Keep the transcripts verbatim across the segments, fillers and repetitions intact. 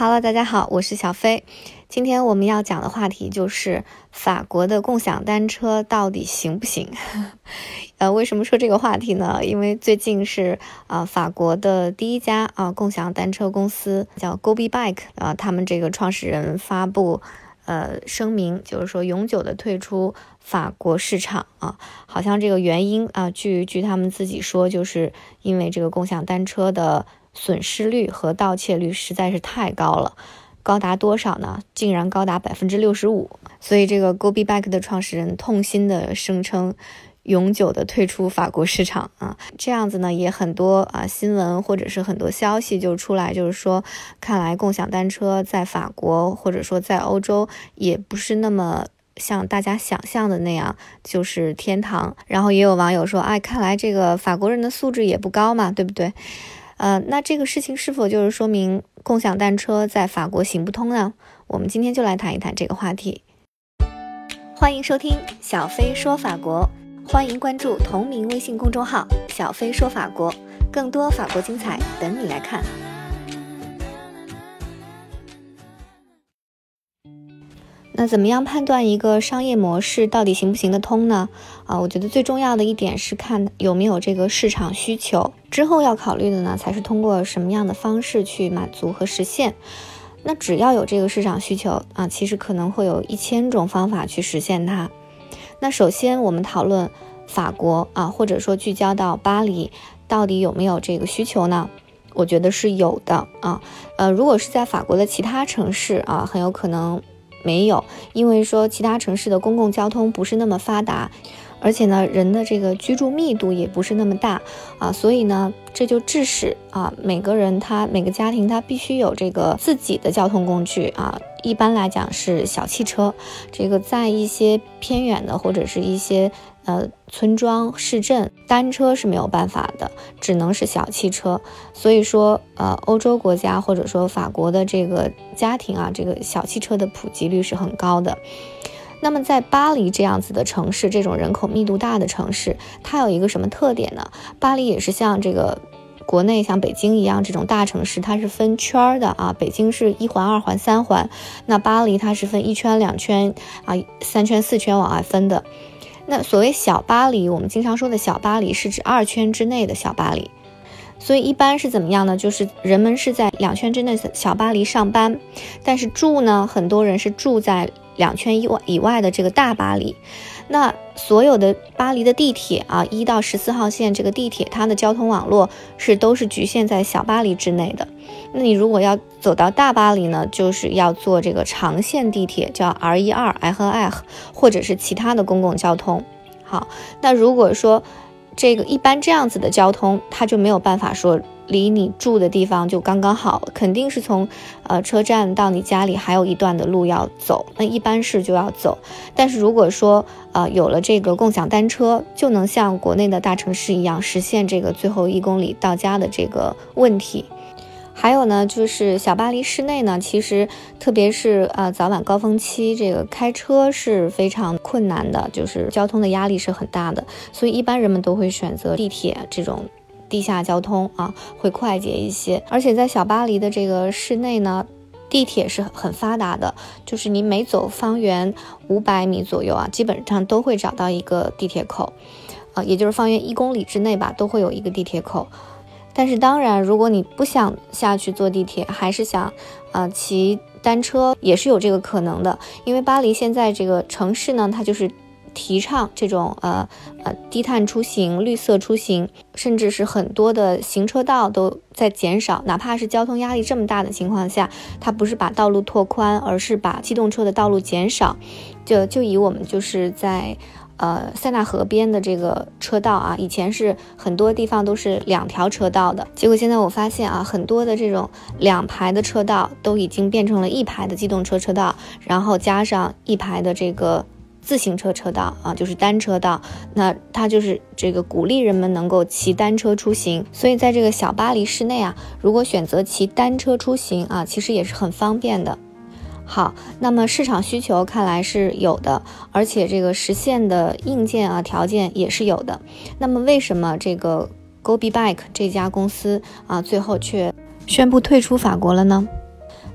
Hello， 大家好，我是小飞。今天我们要讲的话题就是法国的共享单车到底行不行？呃，为什么说这个话题呢？因为最近是啊、呃，法国的第一家啊、呃、共享单车公司叫 GoBeBike 啊、呃，他们这个创始人发布呃声明，就是说永久的退出法国市场啊。好像这个原因啊，据据他们自己说，就是因为这个共享单车的损失率和盗窃率实在是太高了，高达多少呢？竟然高达百分之六十五。所以这个 GoBeBike 的创始人痛心的声称，永久的退出法国市场啊。这样子呢，也很多啊新闻或者是很多消息就出来，就是说，看来共享单车在法国或者说在欧洲也不是那么像大家想象的那样就是天堂。然后也有网友说，哎，看来这个法国人的素质也不高嘛，对不对？呃，那这个事情是否就是说明共享单车在法国行不通呢？我们今天就来谈一谈这个话题。欢迎收听小飞说法国，欢迎关注同名微信公众号小飞说法国，更多法国精彩等你来看。那怎么样判断一个商业模式到底行不行得通呢？啊，我觉得最重要的一点是看有没有这个市场需求，之后要考虑的呢，才是通过什么样的方式去满足和实现。那只要有这个市场需求啊，其实可能会有一千种方法去实现它。那首先我们讨论法国啊，或者说聚焦到巴黎，到底有没有这个需求呢？我觉得是有的啊。呃，如果是在法国的其他城市啊，很有可能没有，因为说其他城市的公共交通不是那么发达，而且呢，人的这个居住密度也不是那么大啊，所以呢，这就致使啊，每个人他每个家庭他必须有这个自己的交通工具啊，一般来讲是小汽车。这个在一些偏远的或者是一些呃村庄市镇，单车是没有办法的，只能是小汽车。所以说呃欧洲国家或者说法国的这个家庭啊，这个小汽车的普及率是很高的。那么在巴黎这样子的城市，这种人口密度大的城市，它有一个什么特点呢？巴黎也是像这个国内像北京一样这种大城市，它是分圈的啊，北京是一环二环三环，那巴黎它是分一圈两圈啊三圈四圈往外分的。那所谓小巴黎，我们经常说的小巴黎是指二圈之内的小巴黎。所以一般是怎么样呢？就是人们是在两圈之内的小巴黎上班，但是住呢，很多人是住在两圈以外以外的这个大巴黎。那所有的巴黎的地铁啊，一到十四号线这个地铁，它的交通网络是都是局限在小巴黎之内的。那你如果要走到大巴黎呢，就是要坐这个长线地铁，叫 R 一二 F N F， 或者是其他的公共交通。好，那如果说这个一般这样子的交通，它就没有办法说离你住的地方就刚刚好了，肯定是从呃车站到你家里还有一段的路要走，那一般是就要走。但是如果说呃有了这个共享单车，就能像国内的大城市一样实现这个最后一公里到家的这个问题。还有呢，就是小巴黎市内呢，其实特别是呃早晚高峰期，这个开车是非常困难的，就是交通的压力是很大的，所以一般人们都会选择地铁这种地下交通啊，会快捷一些。而且在小巴黎的这个市内呢，地铁是很发达的，就是你每走方圆五百米左右啊，基本上都会找到一个地铁口，啊，也就是方圆一公里之内吧，都会有一个地铁口。但是当然，如果你不想下去坐地铁，还是想呃骑单车，也是有这个可能的。因为巴黎现在这个城市呢，它就是提倡这种呃呃低碳出行、绿色出行，甚至是很多的行车道都在减少，哪怕是交通压力这么大的情况下，它不是把道路拓宽，而是把机动车的道路减少。就就以我们就是在呃，塞纳河边的这个车道啊，以前是很多地方都是两条车道的，结果现在我发现啊，很多的这种两排的车道都已经变成了一排的机动车车道，然后加上一排的这个自行车车道啊，就是单车道。那它就是这个鼓励人们能够骑单车出行，所以在这个小巴黎市内啊，如果选择骑单车出行啊，其实也是很方便的。好，那么市场需求看来是有的，而且这个实现的硬件啊条件也是有的。那么为什么这个 GoBeBike 这家公司啊最后却宣布退出法国了呢？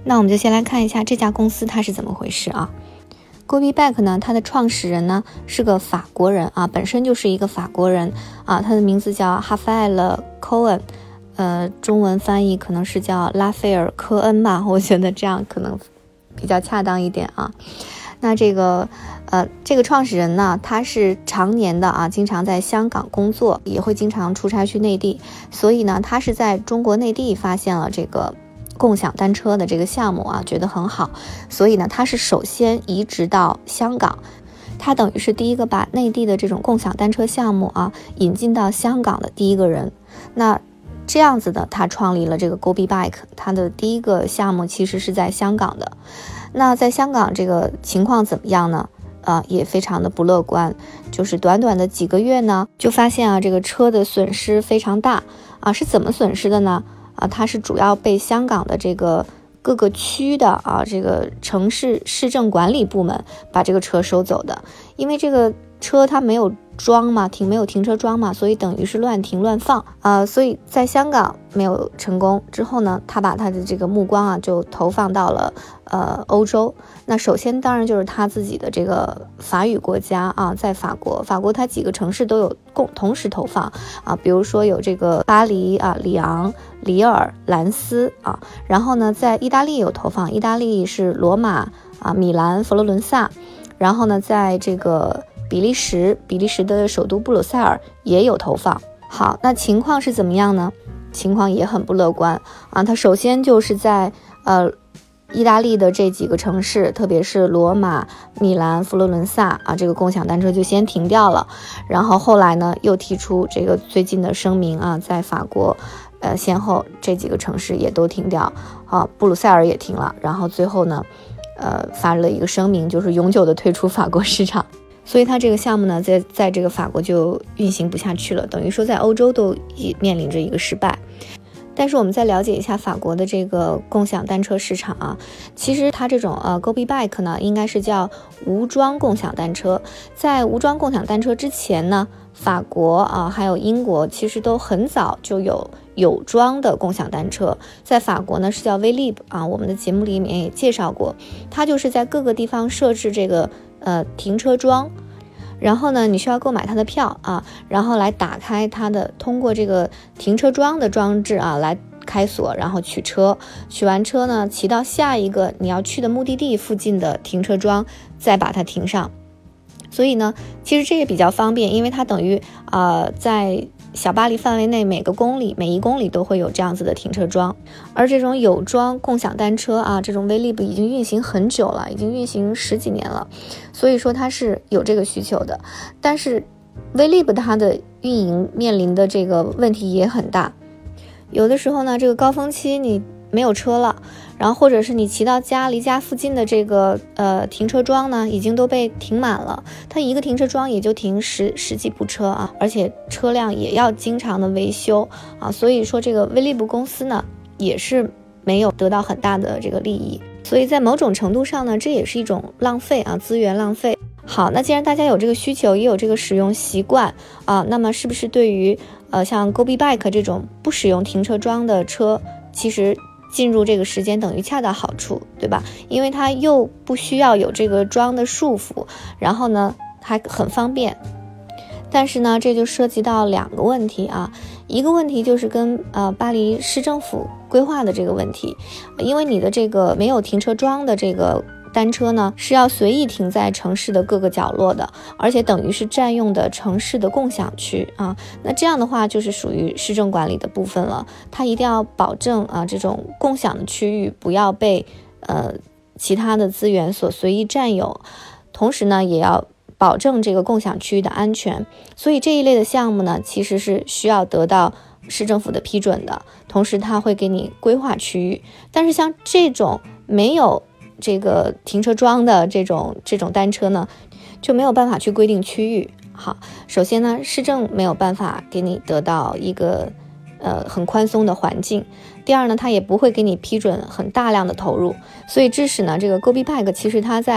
那我们就先来看一下这家公司它是怎么回事啊。GoBeBike 呢，它的创始人呢是个法国人啊，本身就是一个法国人啊，他的名字叫哈菲埃勒·科恩，呃，中文翻译可能是叫拉斐尔·科恩吧，我觉得这样可能比较恰当一点啊。那这个呃，这个创始人呢，他是常年的啊，经常在香港工作，也会经常出差去内地，所以呢，他是在中国内地发现了这个共享单车的这个项目啊，觉得很好，所以呢，他是首先移植到香港，他等于是第一个把内地的这种共享单车项目啊引进到香港的第一个人。那这样子的，他创立了这个 GoBeBike， 他的第一个项目其实是在香港的。那在香港这个情况怎么样呢？啊，也非常的不乐观，就是短短的几个月呢，就发现啊，这个车的损失非常大啊，是怎么损失的呢？啊，它是主要被香港的这个各个区的啊，这个城市市政管理部门把这个车收走的，因为这个车它没有桩嘛，停没有停车桩嘛，所以等于是乱停乱放啊、呃，所以在香港没有成功之后呢，他把他的这个目光啊就投放到了呃欧洲。那首先当然就是他自己的这个法语国家啊，在法国，法国它几个城市都有共同时投放啊，比如说有这个巴黎啊、里昂、里尔、兰斯啊，然后呢在意大利有投放，意大利是罗马啊、米兰、佛罗伦萨，然后呢在这个比利时，比利时的首都布鲁塞尔也有投放。好，那情况是怎么样呢？情况也很不乐观啊。它首先就是在呃意大利的这几个城市，特别是罗马、米兰、佛罗伦萨啊，这个共享单车就先停掉了。然后后来呢，又提出这个最近的声明啊，在法国，呃，先后这几个城市也都停掉，啊，布鲁塞尔也停了。然后最后呢，呃，发了一个声明，就是永久的退出法国市场。所以它这个项目呢，在在这个法国就运行不下去了，等于说在欧洲都面临着一个失败。但是我们再了解一下法国的这个共享单车市场啊，其实它这种呃 GoBeBike 呢，应该是叫无桩共享单车。在无桩共享单车之前呢，法国啊还有英国其实都很早就有有桩的共享单车。在法国呢是叫 Vélib 啊，我们的节目里面也介绍过，它就是在各个地方设置这个呃停车桩。然后呢，你需要购买它的票啊，然后来打开它的，通过这个停车桩的装置啊来开锁，然后取车，取完车呢，骑到下一个你要去的目的地附近的停车桩，再把它停上。所以呢，其实这也比较方便，因为它等于呃在小巴黎范围内每个公里每一公里都会有这样子的停车桩。而这种有桩共享单车啊，这种 Vélib 已经运行很久了，已经运行十几年了，所以说它是有这个需求的。但是 Vélib 它的运营面临的这个问题也很大，有的时候呢，这个高峰期你没有车了，然后或者是你骑到家离家附近的这个呃停车桩呢，已经都被停满了，它一个停车桩也就停十十几部车啊，而且车辆也要经常的维修啊，所以说这个 Vélib 公司呢也是没有得到很大的这个利益，所以在某种程度上呢，这也是一种浪费啊，资源浪费。好，那既然大家有这个需求，也有这个使用习惯啊，那么是不是对于呃像 GoBeBike 这种不使用停车桩的车，其实进入这个时间等于恰到好处，对吧？因为它又不需要有这个桩的束缚，然后呢还很方便。但是呢，这就涉及到两个问题啊，一个问题就是跟呃巴黎市政府规划的这个问题，因为你的这个没有停车桩的这个单车呢是要随意停在城市的各个角落的，而且等于是占用的城市的共享区啊。那这样的话就是属于市政管理的部分了，它一定要保证啊这种共享的区域不要被呃其他的资源所随意占有，同时呢也要保证这个共享区域的安全。所以这一类的项目呢，其实是需要得到市政府的批准的，同时它会给你规划区域。但是像这种没有这个停车桩的这种这种单车呢，就没有办法去规定区域。好，首先呢，市政没有办法给你得到一个呃很宽松的环境。第二呢，它也不会给你批准很大量的投入，所以致使呢，这个 GoBeBike 其实它在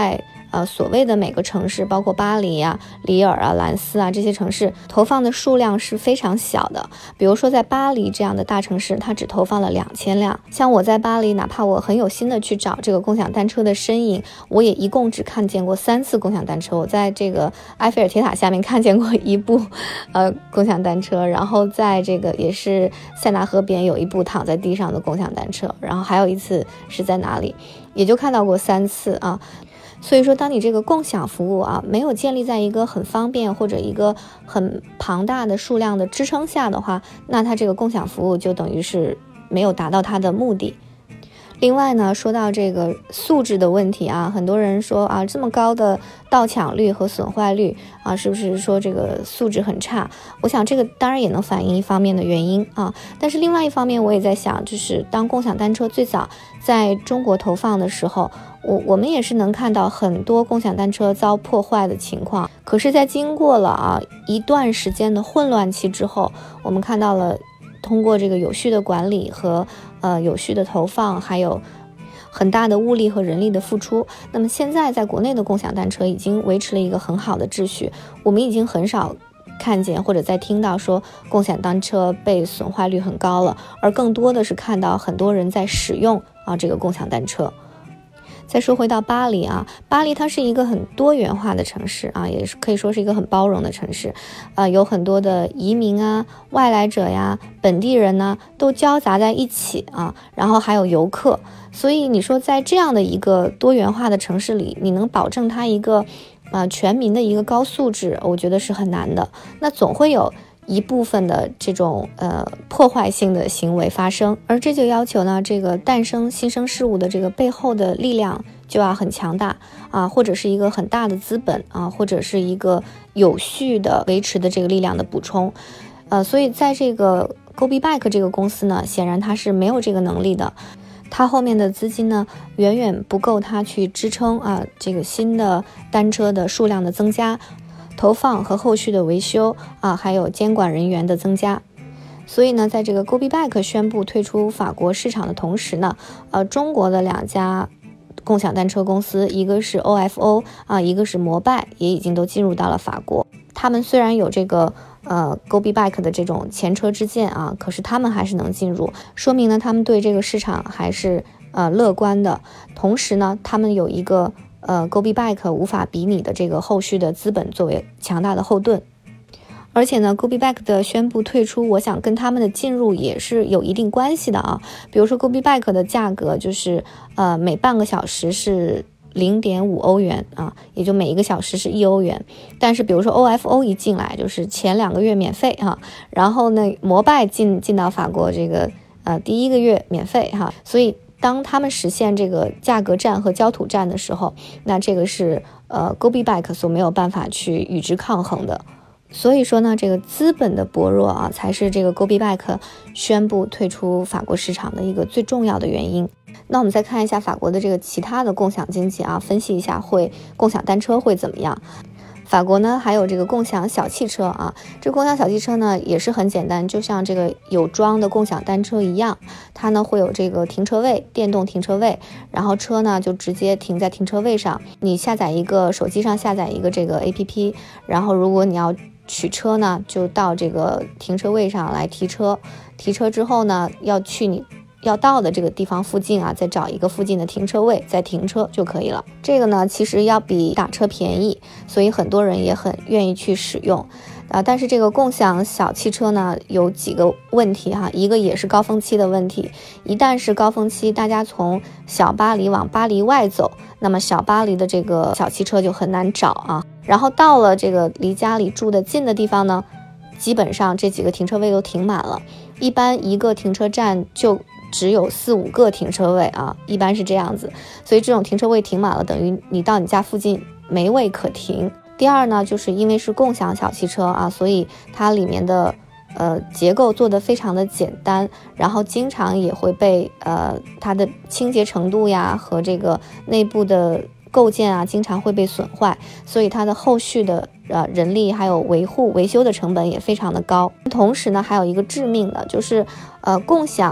呃所谓的每个城市，包括巴黎啊、里尔啊、兰斯啊这些城市投放的数量是非常小的。比如说在巴黎这样的大城市，它只投放了两千辆。像我在巴黎，哪怕我很有心的去找这个共享单车的身影，我也一共只看见过三次共享单车。我在这个埃菲尔铁塔下面看见过一部呃共享单车，然后在这个也是塞纳河边有一部躺在地上的共享单车，然后还有一次是在哪里，也就看到过三次啊。所以说当你这个共享服务啊没有建立在一个很方便或者一个很庞大的数量的支撑下的话，那它这个共享服务就等于是没有达到它的目的。另外呢，说到这个素质的问题啊，很多人说啊，这么高的盗抢率和损坏率啊，是不是说这个素质很差？我想这个当然也能反映一方面的原因啊，但是另外一方面我也在想，就是当共享单车最早在中国投放的时候，我我们也是能看到很多共享单车遭破坏的情况。可是在经过了啊一段时间的混乱期之后，我们看到了通过这个有序的管理和呃有序的投放，还有很大的物力和人力的付出，那么现在在国内的共享单车已经维持了一个很好的秩序，我们已经很少看见或者在听到说共享单车被损坏率很高了，而更多的是看到很多人在使用啊这个共享单车。再说回到巴黎啊，巴黎它是一个很多元化的城市啊，也是可以说是一个很包容的城市，呃，有很多的移民啊、外来者呀、本地人呢都交杂在一起啊，然后还有游客，所以你说在这样的一个多元化的城市里，你能保证它一个呃全民的一个高素质，我觉得是很难的。那总会有一部分的这种呃破坏性的行为发生，而这就要求呢，这个诞生新生事物的这个背后的力量就要很强大啊，或者是一个很大的资本啊，或者是一个有序的维持的这个力量的补充，呃，所以在这个 GoBike 这个公司呢，显然它是没有这个能力的。它后面的资金呢，远远不够它去支撑啊这个新的单车的数量的增加。投放和后续的维修啊，还有监管人员的增加。所以呢，在这个 GoBike 宣布退出法国市场的同时呢，呃，中国的两家共享单车公司，一个是 O F O 啊，一个是摩拜，也已经都进入到了法国。他们虽然有这个呃 GoBike 的这种前车之鉴啊，可是他们还是能进入，说明呢他们对这个市场还是呃乐观的。同时呢，他们有一个呃 GoBike 无法比拟的这个后续的资本作为强大的后盾。而且呢 GoBike 的宣布退出，我想跟他们的进入也是有一定关系的啊。比如说 GoBike 的价格就是呃每半个小时是零点五欧元啊，也就每一个小时是一欧元。但是比如说 O F O 一进来就是前两个月免费哈、啊，然后呢摩拜进进到法国这个呃第一个月免费哈、啊，所以当他们实现这个价格战和焦土战的时候，那这个是呃 GoBike 所没有办法去与之抗衡的。所以说呢，这个资本的薄弱啊，才是这个 GoBike 宣布退出法国市场的一个最重要的原因。那我们再看一下法国的这个其他的共享经济啊，分析一下会共享单车会怎么样。法国呢还有这个共享小汽车啊，这共享小汽车呢也是很简单，就像这个有装的共享单车一样，它呢会有这个停车位，电动停车位，然后车呢就直接停在停车位上，你下载一个手机上下载一个这个 A P P， 然后如果你要取车呢，就到这个停车位上来提车，提车之后呢要去你要到的这个地方附近啊，再找一个附近的停车位再停车就可以了。这个呢其实要比打车便宜，所以很多人也很愿意去使用啊。但是这个共享小汽车呢有几个问题哈、啊，一个也是高峰期的问题，一旦是高峰期，大家从小巴黎往巴黎外走，那么小巴黎的这个小汽车就很难找啊。然后到了这个离家里住的近的地方呢，基本上这几个停车位都停满了，一般一个停车站就只有四五个停车位啊，一般是这样子，所以这种停车位停满了，等于你到你家附近没位可停。第二呢，就是因为是共享小汽车啊，所以它里面的呃结构做得非常的简单，然后经常也会被呃它的清洁程度呀和这个内部的构建啊经常会被损坏，所以它的后续的呃人力还有维护维修的成本也非常的高。同时呢还有一个致命的就是呃共享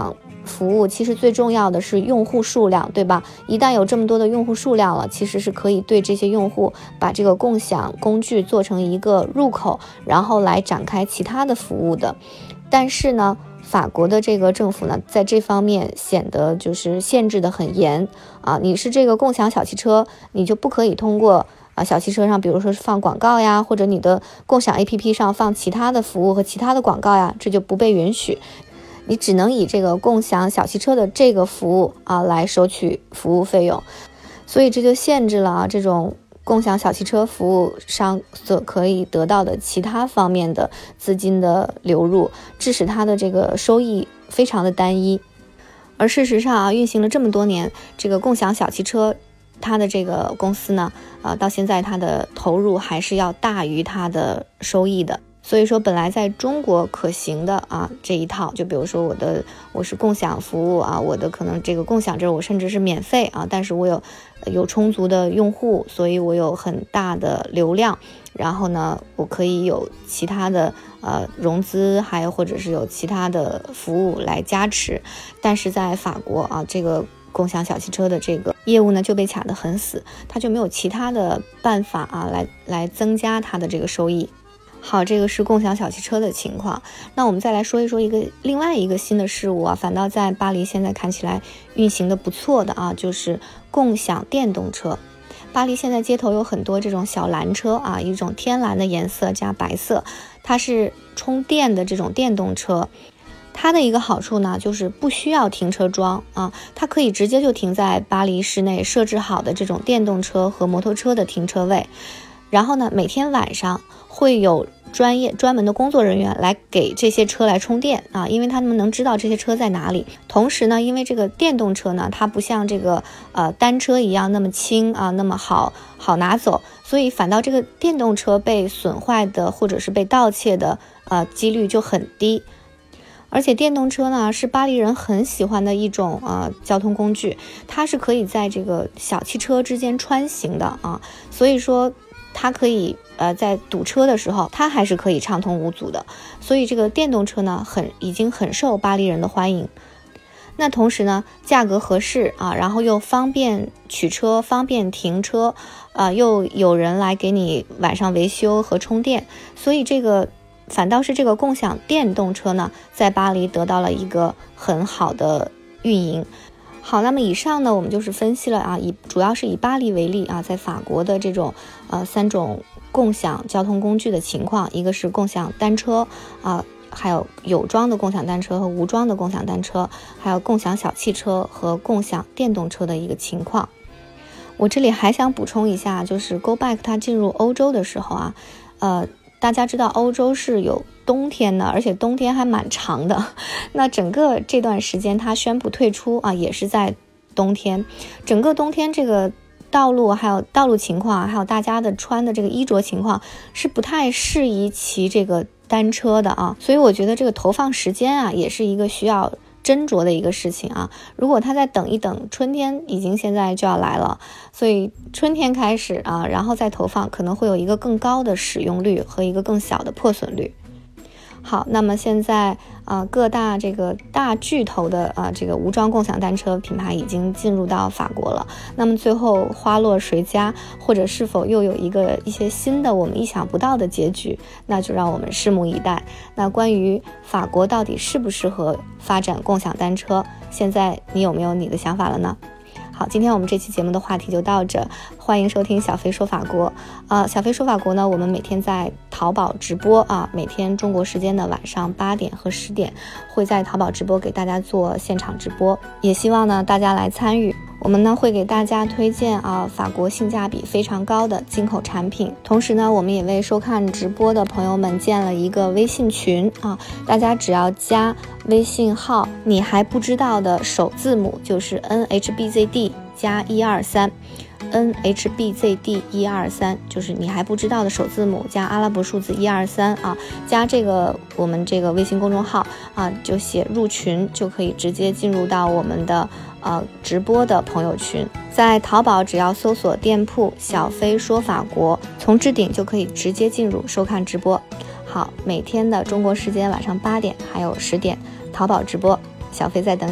服务，其实最重要的是用户数量，对吧？一旦有这么多的用户数量了，其实是可以对这些用户把这个共享工具做成一个入口，然后来展开其他的服务的。但是呢，法国的这个政府呢，在这方面显得就是限制的很严啊。你是这个共享小汽车，你就不可以通过啊小汽车上，比如说是放广告呀，或者你的共享 A P P 上放其他的服务和其他的广告呀，这就不被允许。你只能以这个共享小汽车的这个服务啊来收取服务费用，所以这就限制了啊这种共享小汽车服务商所可以得到的其他方面的资金的流入，致使它的这个收益非常的单一。而事实上啊，运行了这么多年，这个共享小汽车它的这个公司呢，呃，到现在它的投入还是要大于它的收益的。所以说本来在中国可行的啊这一套，就比如说我的我是共享服务啊，我的可能这个共享这我甚至是免费啊，但是我有有充足的用户，所以我有很大的流量，然后呢我可以有其他的呃融资，还有或者是有其他的服务来加持。但是在法国啊，这个共享小汽车的这个业务呢就被卡得很死，它就没有其他的办法啊来来增加它的这个收益。好，这个是共享小汽车的情况。那我们再来说一说一个另外一个新的事物啊，反倒在巴黎现在看起来运行的不错的啊，就是共享电动车。巴黎现在街头有很多这种小蓝车啊，一种天蓝的颜色加白色，它是充电的这种电动车。它的一个好处呢，就是不需要停车桩啊，它可以直接就停在巴黎市内设置好的这种电动车和摩托车的停车位。然后呢，每天晚上会有专业专门的工作人员来给这些车来充电啊，因为他们能知道这些车在哪里。同时呢，因为这个电动车呢，它不像这个呃单车一样那么轻啊，那么好好拿走，所以反倒这个电动车被损坏的或者是被盗窃的呃几率就很低。而且电动车呢是巴黎人很喜欢的一种呃交通工具，它是可以在这个小汽车之间穿行的啊，所以说它可以呃在堵车的时候，它还是可以畅通无阻的。所以这个电动车呢，很已经很受巴黎人的欢迎。那同时呢，价格合适啊，然后又方便取车、方便停车，啊，又有人来给你晚上维修和充电，所以这个反倒是这个共享电动车呢，在巴黎得到了一个很好的运营。好，那么以上呢，我们就是分析了啊，以主要是以巴黎为例啊，在法国的这种呃三种共享交通工具的情况，一个是共享单车啊，还有有装的共享单车和无装的共享单车，还有共享小汽车和共享电动车的一个情况。我这里还想补充一下，就是 Go Bike 它进入欧洲的时候啊，呃，大家知道欧洲是有冬天的，而且冬天还蛮长的。那整个这段时间它宣布退出啊，也是在冬天。整个冬天这个道路还有道路情况，还有大家的穿的这个衣着情况是不太适宜骑这个单车的啊。所以我觉得这个投放时间啊，也是一个需要斟酌的一个事情啊。如果他再等一等，春天已经现在就要来了，所以春天开始啊，然后再投放，可能会有一个更高的使用率和一个更小的破损率。好，那么现在啊、呃，各大这个大巨头的啊、呃、这个无装共享单车品牌已经进入到法国了。那么最后花落谁家，或者是否又有一个一些新的我们意想不到的结局，那就让我们拭目以待。那关于法国到底适不适合发展共享单车，现在你有没有你的想法了呢？好，今天我们这期节目的话题就到这，欢迎收听小飞说法国。啊、呃，小飞说法国呢，我们每天在淘宝直播啊，每天中国时间的晚上八点和十点会在淘宝直播给大家做现场直播，也希望呢大家来参与。我们呢会给大家推荐啊法国性价比非常高的进口产品，同时呢我们也为收看直播的朋友们建了一个微信群啊，大家只要加微信号你还不知道的首字母，就是 N H B Z D 加一二三 N H B Z D 一二三，就是你还不知道的首字母加阿拉伯数字一二三啊，加这个我们这个微信公众号啊，就写入群，就可以直接进入到我们的呃直播的朋友群。在淘宝只要搜索店铺小飞说法国，从置顶就可以直接进入收看直播。好，每天的中国时间晚上八点还有十点淘宝直播，小飞在等你。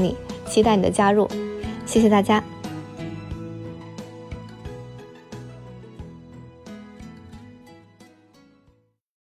期待你的加入，谢谢大家。